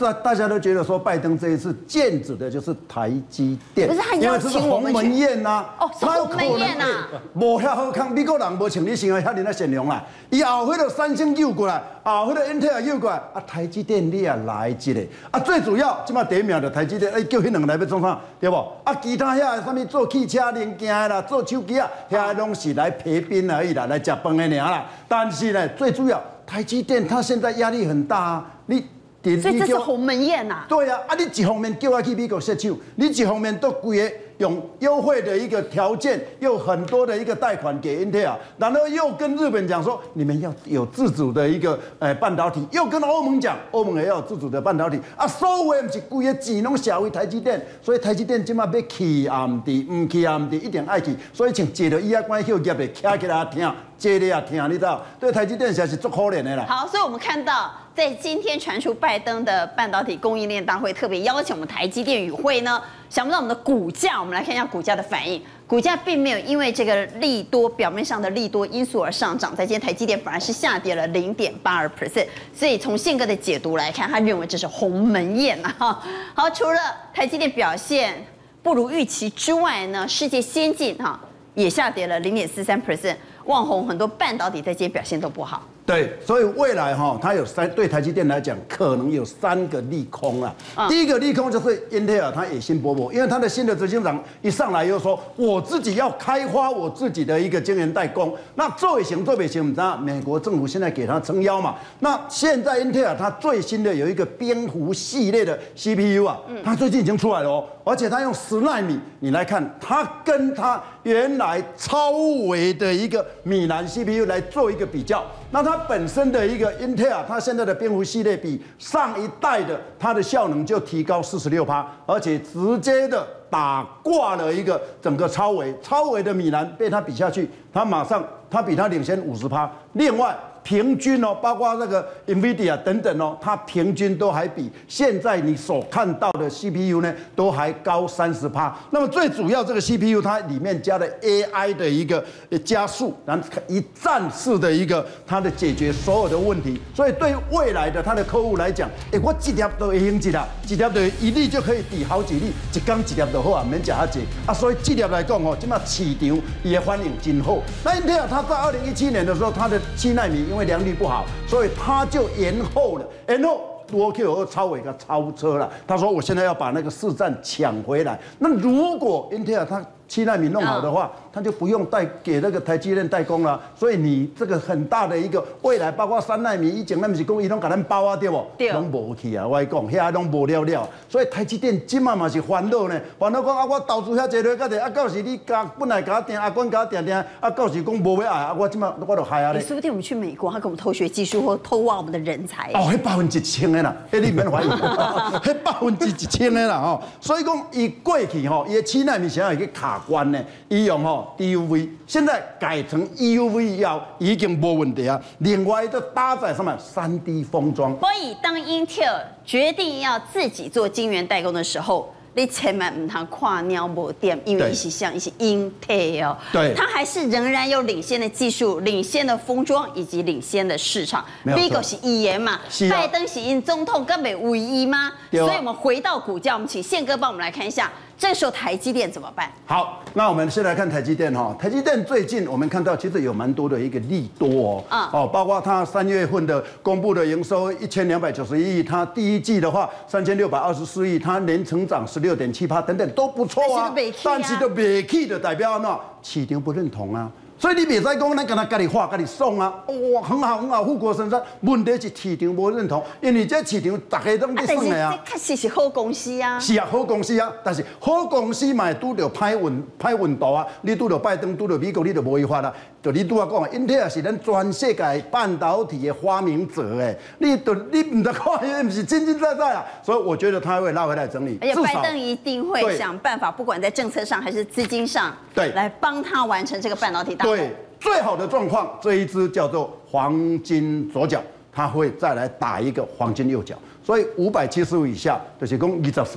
大家都觉得说拜登这一次剑指的就是台积电， 不是他邀请我们去鸿门宴呐， 是鸿门宴呐， 无遐好康，美国人无像你想的遐尔善良啦，伊后迄个三星诱过来，后迄个 Intel 诱过来，啊台积电你也来一个，啊最主要即马第一名就台积电，叫迄两个来要创啥，对不？啊其他遐什么做汽车零件的啦，做手机啊，遐拢是来陪宾而已啦，来吃饭的尔啦。但是呢，最主要台积电它现在压力很大啊， 所以这是鸿门宴呐。 对啊，啊你一方面叫我去美国设厂，你一方面都规个用优惠的一个条件，又很多的一个贷款给 Intel， 然后又跟日本讲说你们要有自主的一个半导体，又跟欧盟讲，欧盟也要有自主的半导体啊，所有不是规个钱拢下为台积电，所以台积电今麦要去暗地，唔去暗地一定爱去，所以像坐到伊啊关休业的，徛起来听，坐咧也听，你知道？对台积电实在是足可怜的啦。 好，所以我们看到。在今天传出拜登的半导体供应链大会特别邀请我们台积电与会呢，想不到我们的股价，我们来看一下股价的反应。股价并没有因为这个利多表面上的利多因素而上涨，在今天台积电反而是下跌了0.82%。所以从宪哥的解读来看，他认为这是鸿门宴啊。好，除了台积电表现不如预期之外呢，世界先进也下跌了0.43%。旺宏很多半导体在今天表现都不好。 对，所以未来它有对台积电来讲，可能有3个利空啊。第一个利空就是 Intel 它野心勃勃，因为它的新的执行长一上来又说，我自己要开发我自己的一个晶圆代工。那做也行，做不行，你知道美国政府现在给他撑腰嘛？那现在 Intel 它最新的有一个蝙蝠系列的 CPU 啊，它最近已经出来了哦，而且它用10奈米，你来看，它跟它原来超微的一个米兰 CPU 来做一个比较，那它本身的一个 Intel， 它现在的蝙蝠系列比上一代的它的效能就提高46%，而且直接的打挂了一个整个超微的米兰被它比下去，它比它领先50%。另外平均包括那个 NVIDIA 等等它平均都还比现在你所看到的 CPU 呢都还高30%。那么最主要这个 CPU 它里面加了 AI 的一个加速，然后一站式的一个它的解决所有的问题，所以对未来的它的客户来讲，我一粒都会用一粒，一粒就一粒就可以抵好几粒，一天一粒就好啊，免吃遐济啊。所以这粒来讲现在市场也反应真好。那 Intel 它在2017年的时候，它的7奈米因为良率不好，所以它就延后了，多 Q2 超微给超车了。他说我现在要把那个市占抢回来。那如果 Intel 它7奈米弄好的话，它就不用给那个台积电代工了。所以你这个很大的一个未来，包括3奈米、以前那不是讲伊拢给咱包啊，对不？对，拢无去啊，我讲遐拢无了了。所以台积电今嘛是烦恼呢，烦恼讲我投资遐济落，到时你本来给我订，管给我订，到时讲无要爱，我今嘛我就害啊咧。 说不定我们去美国，他给我们偷学技术或偷挖我们的人才。 迄10%的啦，你免怀疑，迄10%的啦所以讲伊过去伊的7奈米现在去卡关呢，伊用DUV， 现在改成 EUV 已经没问题啊。另外就搭载什么3D 封装。 所以当 Intel 决定要自己做晶圆代工的时候，你千万唔通跨鸟无点，因为一是 Intel， 对， 它还是仍然有领先的技术、领先的封装以及领先的市场。美国是议员嘛，拜登是因总统根本唯一吗？所以我们回到股价，我们请宪哥帮我们来看一下。这时候台积电怎么办？ 好，那我们先来看台积电台积电最近我们看到其实有蛮多的一个利多包括它3月份的公布的营收1291亿，它第一季的话3624亿，它年成长16.7%等等都不错啊，但是都没去的代表市场不认同啊。所以你别再讲，咱跟他家己画，家己送啊，哇，很好很好，富国神山。问题是市场无认同，因为这市场大家都在算的啊。 这确实是好公司啊。 是啊，好公司啊，但是好公司嘛，拄到歹运道啊。你拄到拜登，拄到美国，你就无违法啦。就你拄啊讲，Intel 是咱全世界半导体的发明者哎，你唔得看，伊唔是真真在在啊。所以我觉得他会拉回来整理。 而且拜登一定会想办法，不管在政策上还是资金上， 对， 来帮他完成这个半导体大梦。 对，最好的状况，这一支叫做黄金左脚，它会再来打一个黄金右脚。所以575以下，就是讲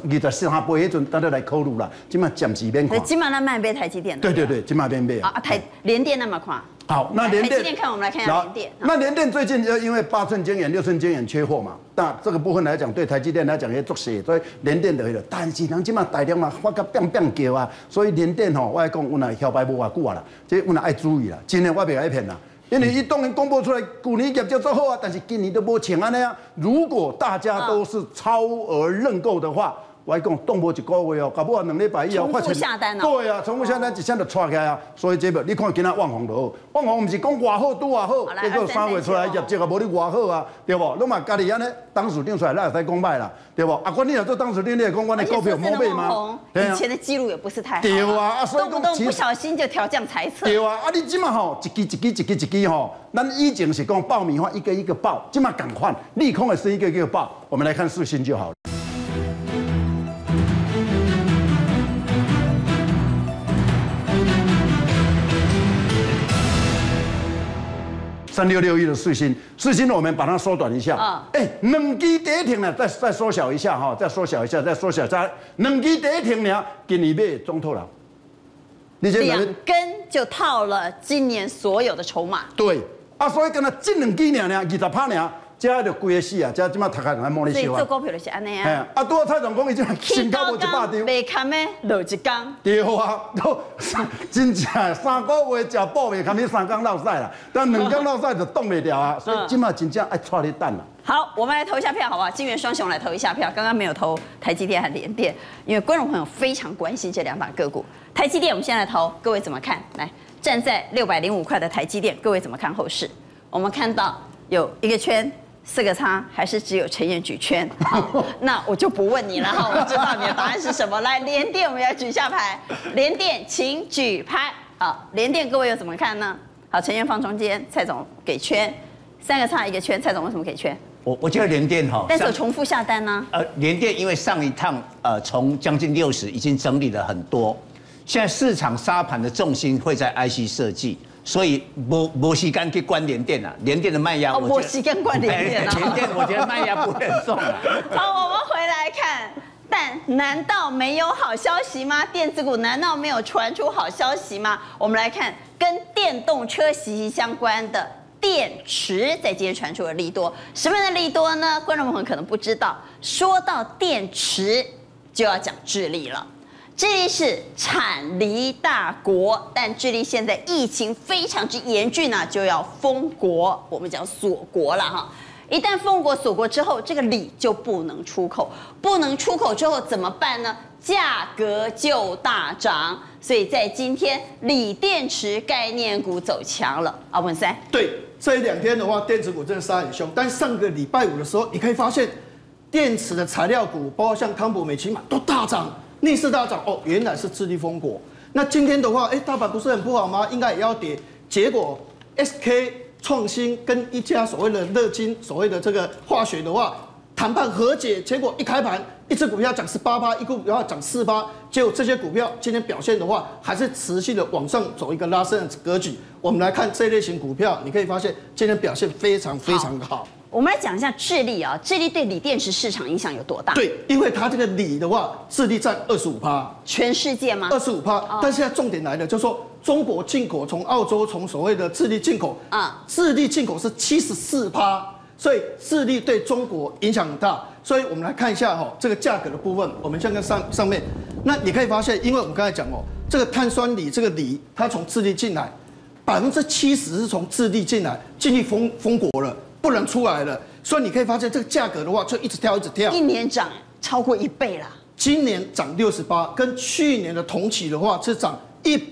24倍迄阵，大家来考虑啦。今嘛暂时免看。 今嘛咱卖买台积电。 对，今嘛免买啊。联电那么看？ 好，那联电台积电看，我们来看一下联电。 那联电最近就因为8寸晶圆、6寸晶圆缺货嘛，那这个部分来讲，对台积电来讲也作势，所以联电就了。但是人即马大量嘛发个变叫啊，所以联电吼，我来讲，阮也摇摆无偌久啊啦，这阮也爱注意啦。今年我袂爱骗啦。因为伊当然公布出来，去年业绩做好啊，但是今年都无像安尼啊。如果大家都是超额认购的话，我讲动不一个月哦，搞不好2礼拜以后重复下单哦。 对啊，重复下单一下就窜起来啊。所以这个你看今仔旺宏就好，旺宏唔是讲偌好拄偌好，结果3月出来业绩也无你偌好啊，对不？侬嘛家己安尼当时定出来，咱会使讲歹啦，对不？啊，管你若做当时定，你会讲我的股票冇买吗？ 以前的记录也不是太好。 对啊，所以动不动不小心就调降财测。 对啊，啊你即马吼一支吼，咱以前是讲爆米花一个一个爆，即马赶快利空也是一个一个爆。我们来看世芯就好了。3661的世芯我们把它缩短一下。2支第一停呢，再缩小一下哈，再缩小，再2支第一停呢，今年买中透了。 2根就套了今年所有的筹码。 对，啊，所以跟他这2支呢，20%呢，加就规个死啊，加即马头壳来摸你烧啊。 所以做股票就是安尼啊。 啊，拄好蔡总讲伊即马身高无100张。 袂堪的落1工。 对啊，都真正3个月食饱袂堪，你3工落屎啦，但2工落屎就冻袂掉啊，所以即马真正爱带你等啦。 好，我们来投一下票，好不好？金元双雄来投一下票。刚刚没有投台积电和联电，因为观众朋友非常关心这2档个股。台积电，我们先来投，各位怎么看？来，站在605块的台积电，各位怎么看后市？我们看到有1个圈，4个叉，还是只有陈彦举圈？好，那我就不问你了哈，我知道你的答案是什么。来，联电，我们要举下牌，联电请举牌。好，联电各位又怎么看呢？好，陈彦放中间，蔡总给圈，3个叉1个圈，蔡总为什么给圈？ 我觉得联电哈， 但是有重复下单呢。 联电因为上一趟从将近60已经整理了很多，现在市场沙盘的重心会在 IC 设计，所以没时间去关联电啊，联电的卖压， 没时间关联电啊。 联电我觉得卖压不会很重啊。 好，我们回来看，但难道没有好消息吗？电子股难道没有传出好消息吗？我们来看跟电动车息息相关的。电池在今天传出了利多，什么样的利多呢？观众朋友可能不知道。说到电池，就要讲智利了。智利是产锂大国，但智利现在疫情非常之严峻啊，就要封国，我们讲锁国了哈。一旦封国锁国之后，这个锂就不能出口，不能出口之后怎么办呢？价格就大涨，所以在今天锂电池概念股走强了。阿文三， 对，这2天的话，电子股真的杀很凶。但上个礼拜5的时候，你可以发现电池的材料股，包括像康普、美奇玛都大涨，逆势大涨。哦，原来是智利封国。那今天的话，大盘不是很不好吗？应该也要跌。结果 SK 创新跟一家所谓的乐金，所谓的这个化学的话，谈判和解，结果一开盘，一只股票涨18%，一股股票涨4%，结果这些股票今天表现的话，还是持续的往上走一个拉升的格局。我们来看这类型股票，你可以发现今天表现非常非常好。 我们来讲一下智利啊，智利对锂电池市场影响有多大？ 对，因为它这个锂的话，智利占25%， 全世界吗 ？25%。但现在重点来了，就是说中国进口从澳洲从所谓的智利进口智利进口是74%。所以智利对中国影响很大，所以我们来看一下这个价格的部分。我们先看上面，那你可以发现，因为我们刚才讲这个碳酸锂这个锂，它从智利进来，70%是从智利进来，进去封国了，不能出来了。所以你可以发现这个价格的话，就一直跳， 一年涨超过1倍啦。 今年涨68%，跟去年的同期的话是涨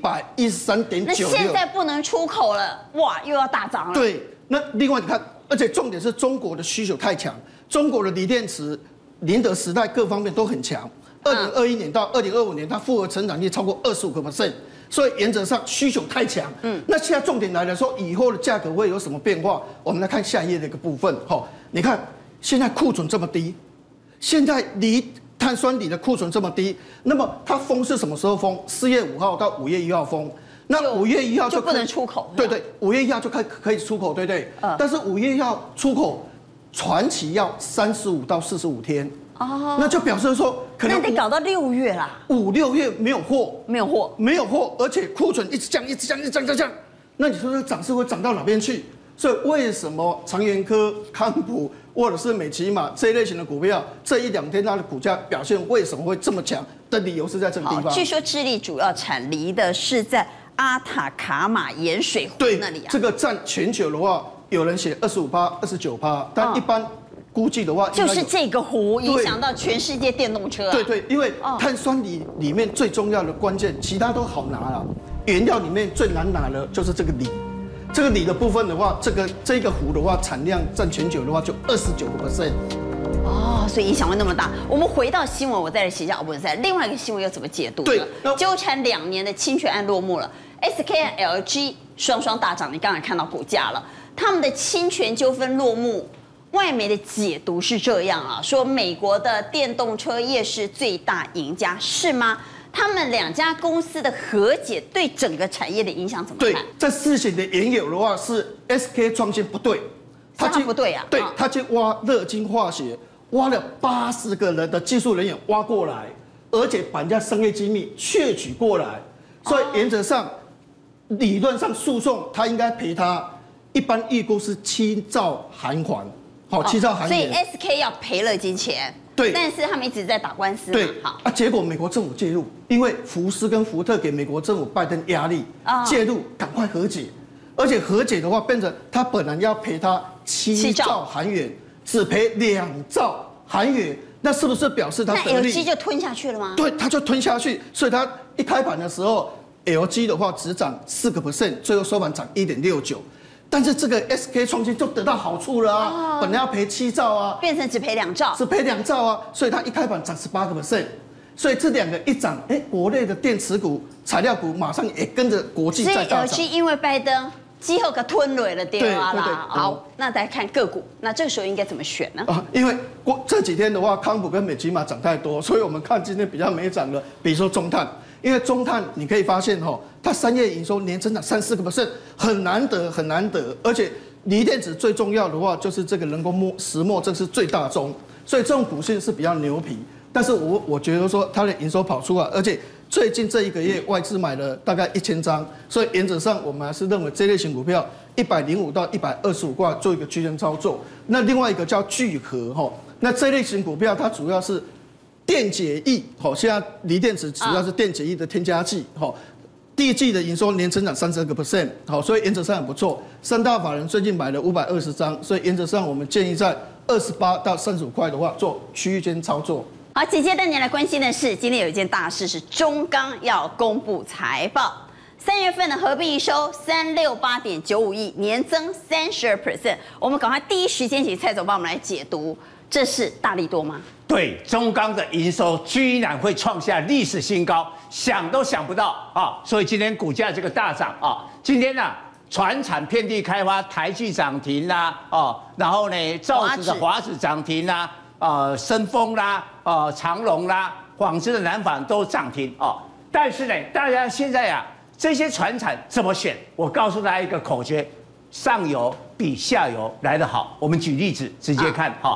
113.96%。 那现在不能出口了，哇，又要大涨了。 对，那另外你看。而且重点是中国的需求太强，中国的锂电池、宁德时代各方面都很强。2021年到2025年，它复合成长率超过25%，所以原则上需求太强。那现在重点来了，说以后的价格会有什么变化？我们来看下一页的一个部分。你看现在库存这么低，现在碳酸锂的库存这么低，那么它封是什么时候封？4月5号到5月1号封。那5月1号就不能出口， 对，5月1号就可以出口，对不对？但是5月1号出口，传奇要35到45天，那就表示说可能那得搞到6月啦 ，5、6月没有货， 没有货， 而且库存一直降， 那你说这涨势会涨到哪边去？所以为什么长源科、康普或者是美琪玛这一类型的股票，这一两天它的股价表现为什么会这么强的理由是在这个地方。 据说智利主要产锂的是在阿塔卡马盐水湖那里啊。 这个占全球的话，有人写25%、29%，但一般估计的话， 就是这个湖影响到全世界电动车。 对，因为碳酸锂里面最重要的关键，其他都好拿了，原料里面最难拿的就是这个锂。这个锂的部分的话，这个湖的话，产量占全球的话就29%。 所以影响会那么大。我们回到新闻，我再来写一下不是在另外一个新闻又怎么解读呢？ 对， 纠缠2年的侵权案落幕了 ，SK 和 LG 双大涨，你刚才看到股价了，他们的侵权纠纷落幕。外媒的解读是这样啊，说美国的电动车业是最大赢家，是吗？他们2家公司的和解对整个产业的影响怎么看？ 对，在事情的缘由的话是 SK 创新不对， 他不对啊， 对，他去挖乐金化学，挖了80个人的技术人员挖过来，而且把人家商业机密窃取过来，所以原则上、理论上诉讼他应该赔他，一般预估是7兆韩元，好，7兆韩元， 所以 SK 要赔了金钱。 对， 但是他们一直在打官司。 对，好啊，结果美国政府介入，因为福斯跟福特给美国政府拜登压力，介入赶快和解，而且和解的话变成他本来要赔他7兆韩元，只赔2兆韩元，那是不是表示他得利？ 那 LG 就吞下去了吗？ 对，他就吞下去，所以他一开盘的时候 ，LG 的话只涨4%，最后收盘涨1.69%。但是这个 SK 创新就得到好处了啊，本来要赔7兆啊， 变成只赔2兆， 只赔2兆啊，所以它一开盘涨18%，所以这2个一涨，国内的电池股、材料股马上也跟着国际在大涨。 所以 LG 因为拜登之后给吞累了掉啊啦。好，那再看个股，那这个时候应该怎么选呢？ 因为这几天的话，康普跟美琪玛涨太多，所以我们看今天比较没涨的，比如说中碳。因为中碳你可以发现它3月营收年增长3-4%，很难得，而且锂电池最重要的话就是这个人工石墨，这是最大宗，所以这种股性是比较牛皮。但是我觉得说它的营收跑出来，而且最近这1个月外资买了大概1000张，所以原则上我们还是认为这类型股票105到125块做一个区间操作。那另外一个叫聚合那这类型股票它主要是电解液，现在锂电池主要是电解液的添加剂，第一季的营收年增长32%，所以原则上很不错。3大法人最近买了520张，所以原则上我们建议在28到35块的话做区间操作。 好，紧接着你来关心的是，今天有一件大事是中钢要公布财报，3月份的合并营收368.95亿，年增32%。我们赶快第一时间请蔡总帮我们来解读，这是大利多吗？ 对，中钢的营收居然会创下历史新高，想都想不到啊！所以今天股价这个大涨啊，今天呢，传产遍地开花，台积涨停啦，然后呢，造纸的华指涨停啦，深丰啦，长荣啦，纺织的南纺都涨停啊。但是呢，大家现在这些传产怎么选？我告诉大家一个口诀：上游比下游来得好。我们举例子直接看哈。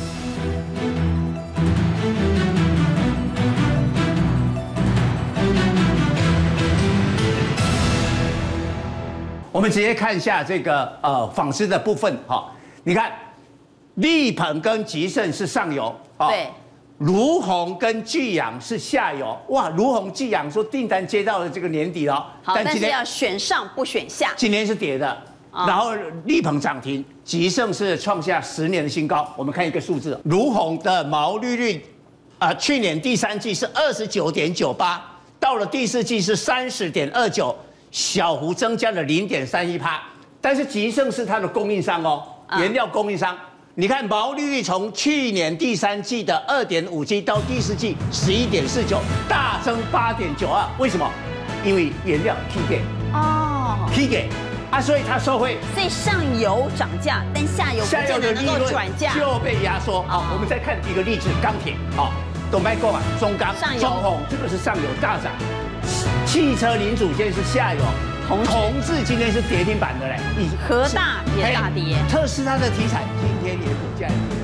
我们直接看一下这个纺织的部分哈，你看，力鹏跟集盛是上游， 对， 如虹跟巨阳是下游，哇，如虹、巨阳说订单接到了这个年底了， 好，但是要选上不选下， 今年是跌的，然后力鹏涨停，集盛是创下10年的新高。我们看一个数字，如虹的毛利率，去年第3季是29.98%，到了第4季是30.29%。小幅增加了0.31%，但是集盛是它的供应商原料供应商。你看毛利率从去年第3季的2.57到第4季11.49，大增8.92%。为什么？因为原料批给批给所以它受惠。 所以上游涨价，但下游不见得能够转嫁， 就被压缩。好，我们再看一个例子，钢铁都卖过中钢、中红，这个是上游大涨。汽车零组件是下游，同志今天是跌停板的嘞， 和大也大跌， 特斯拉的题材今天也股价也跌。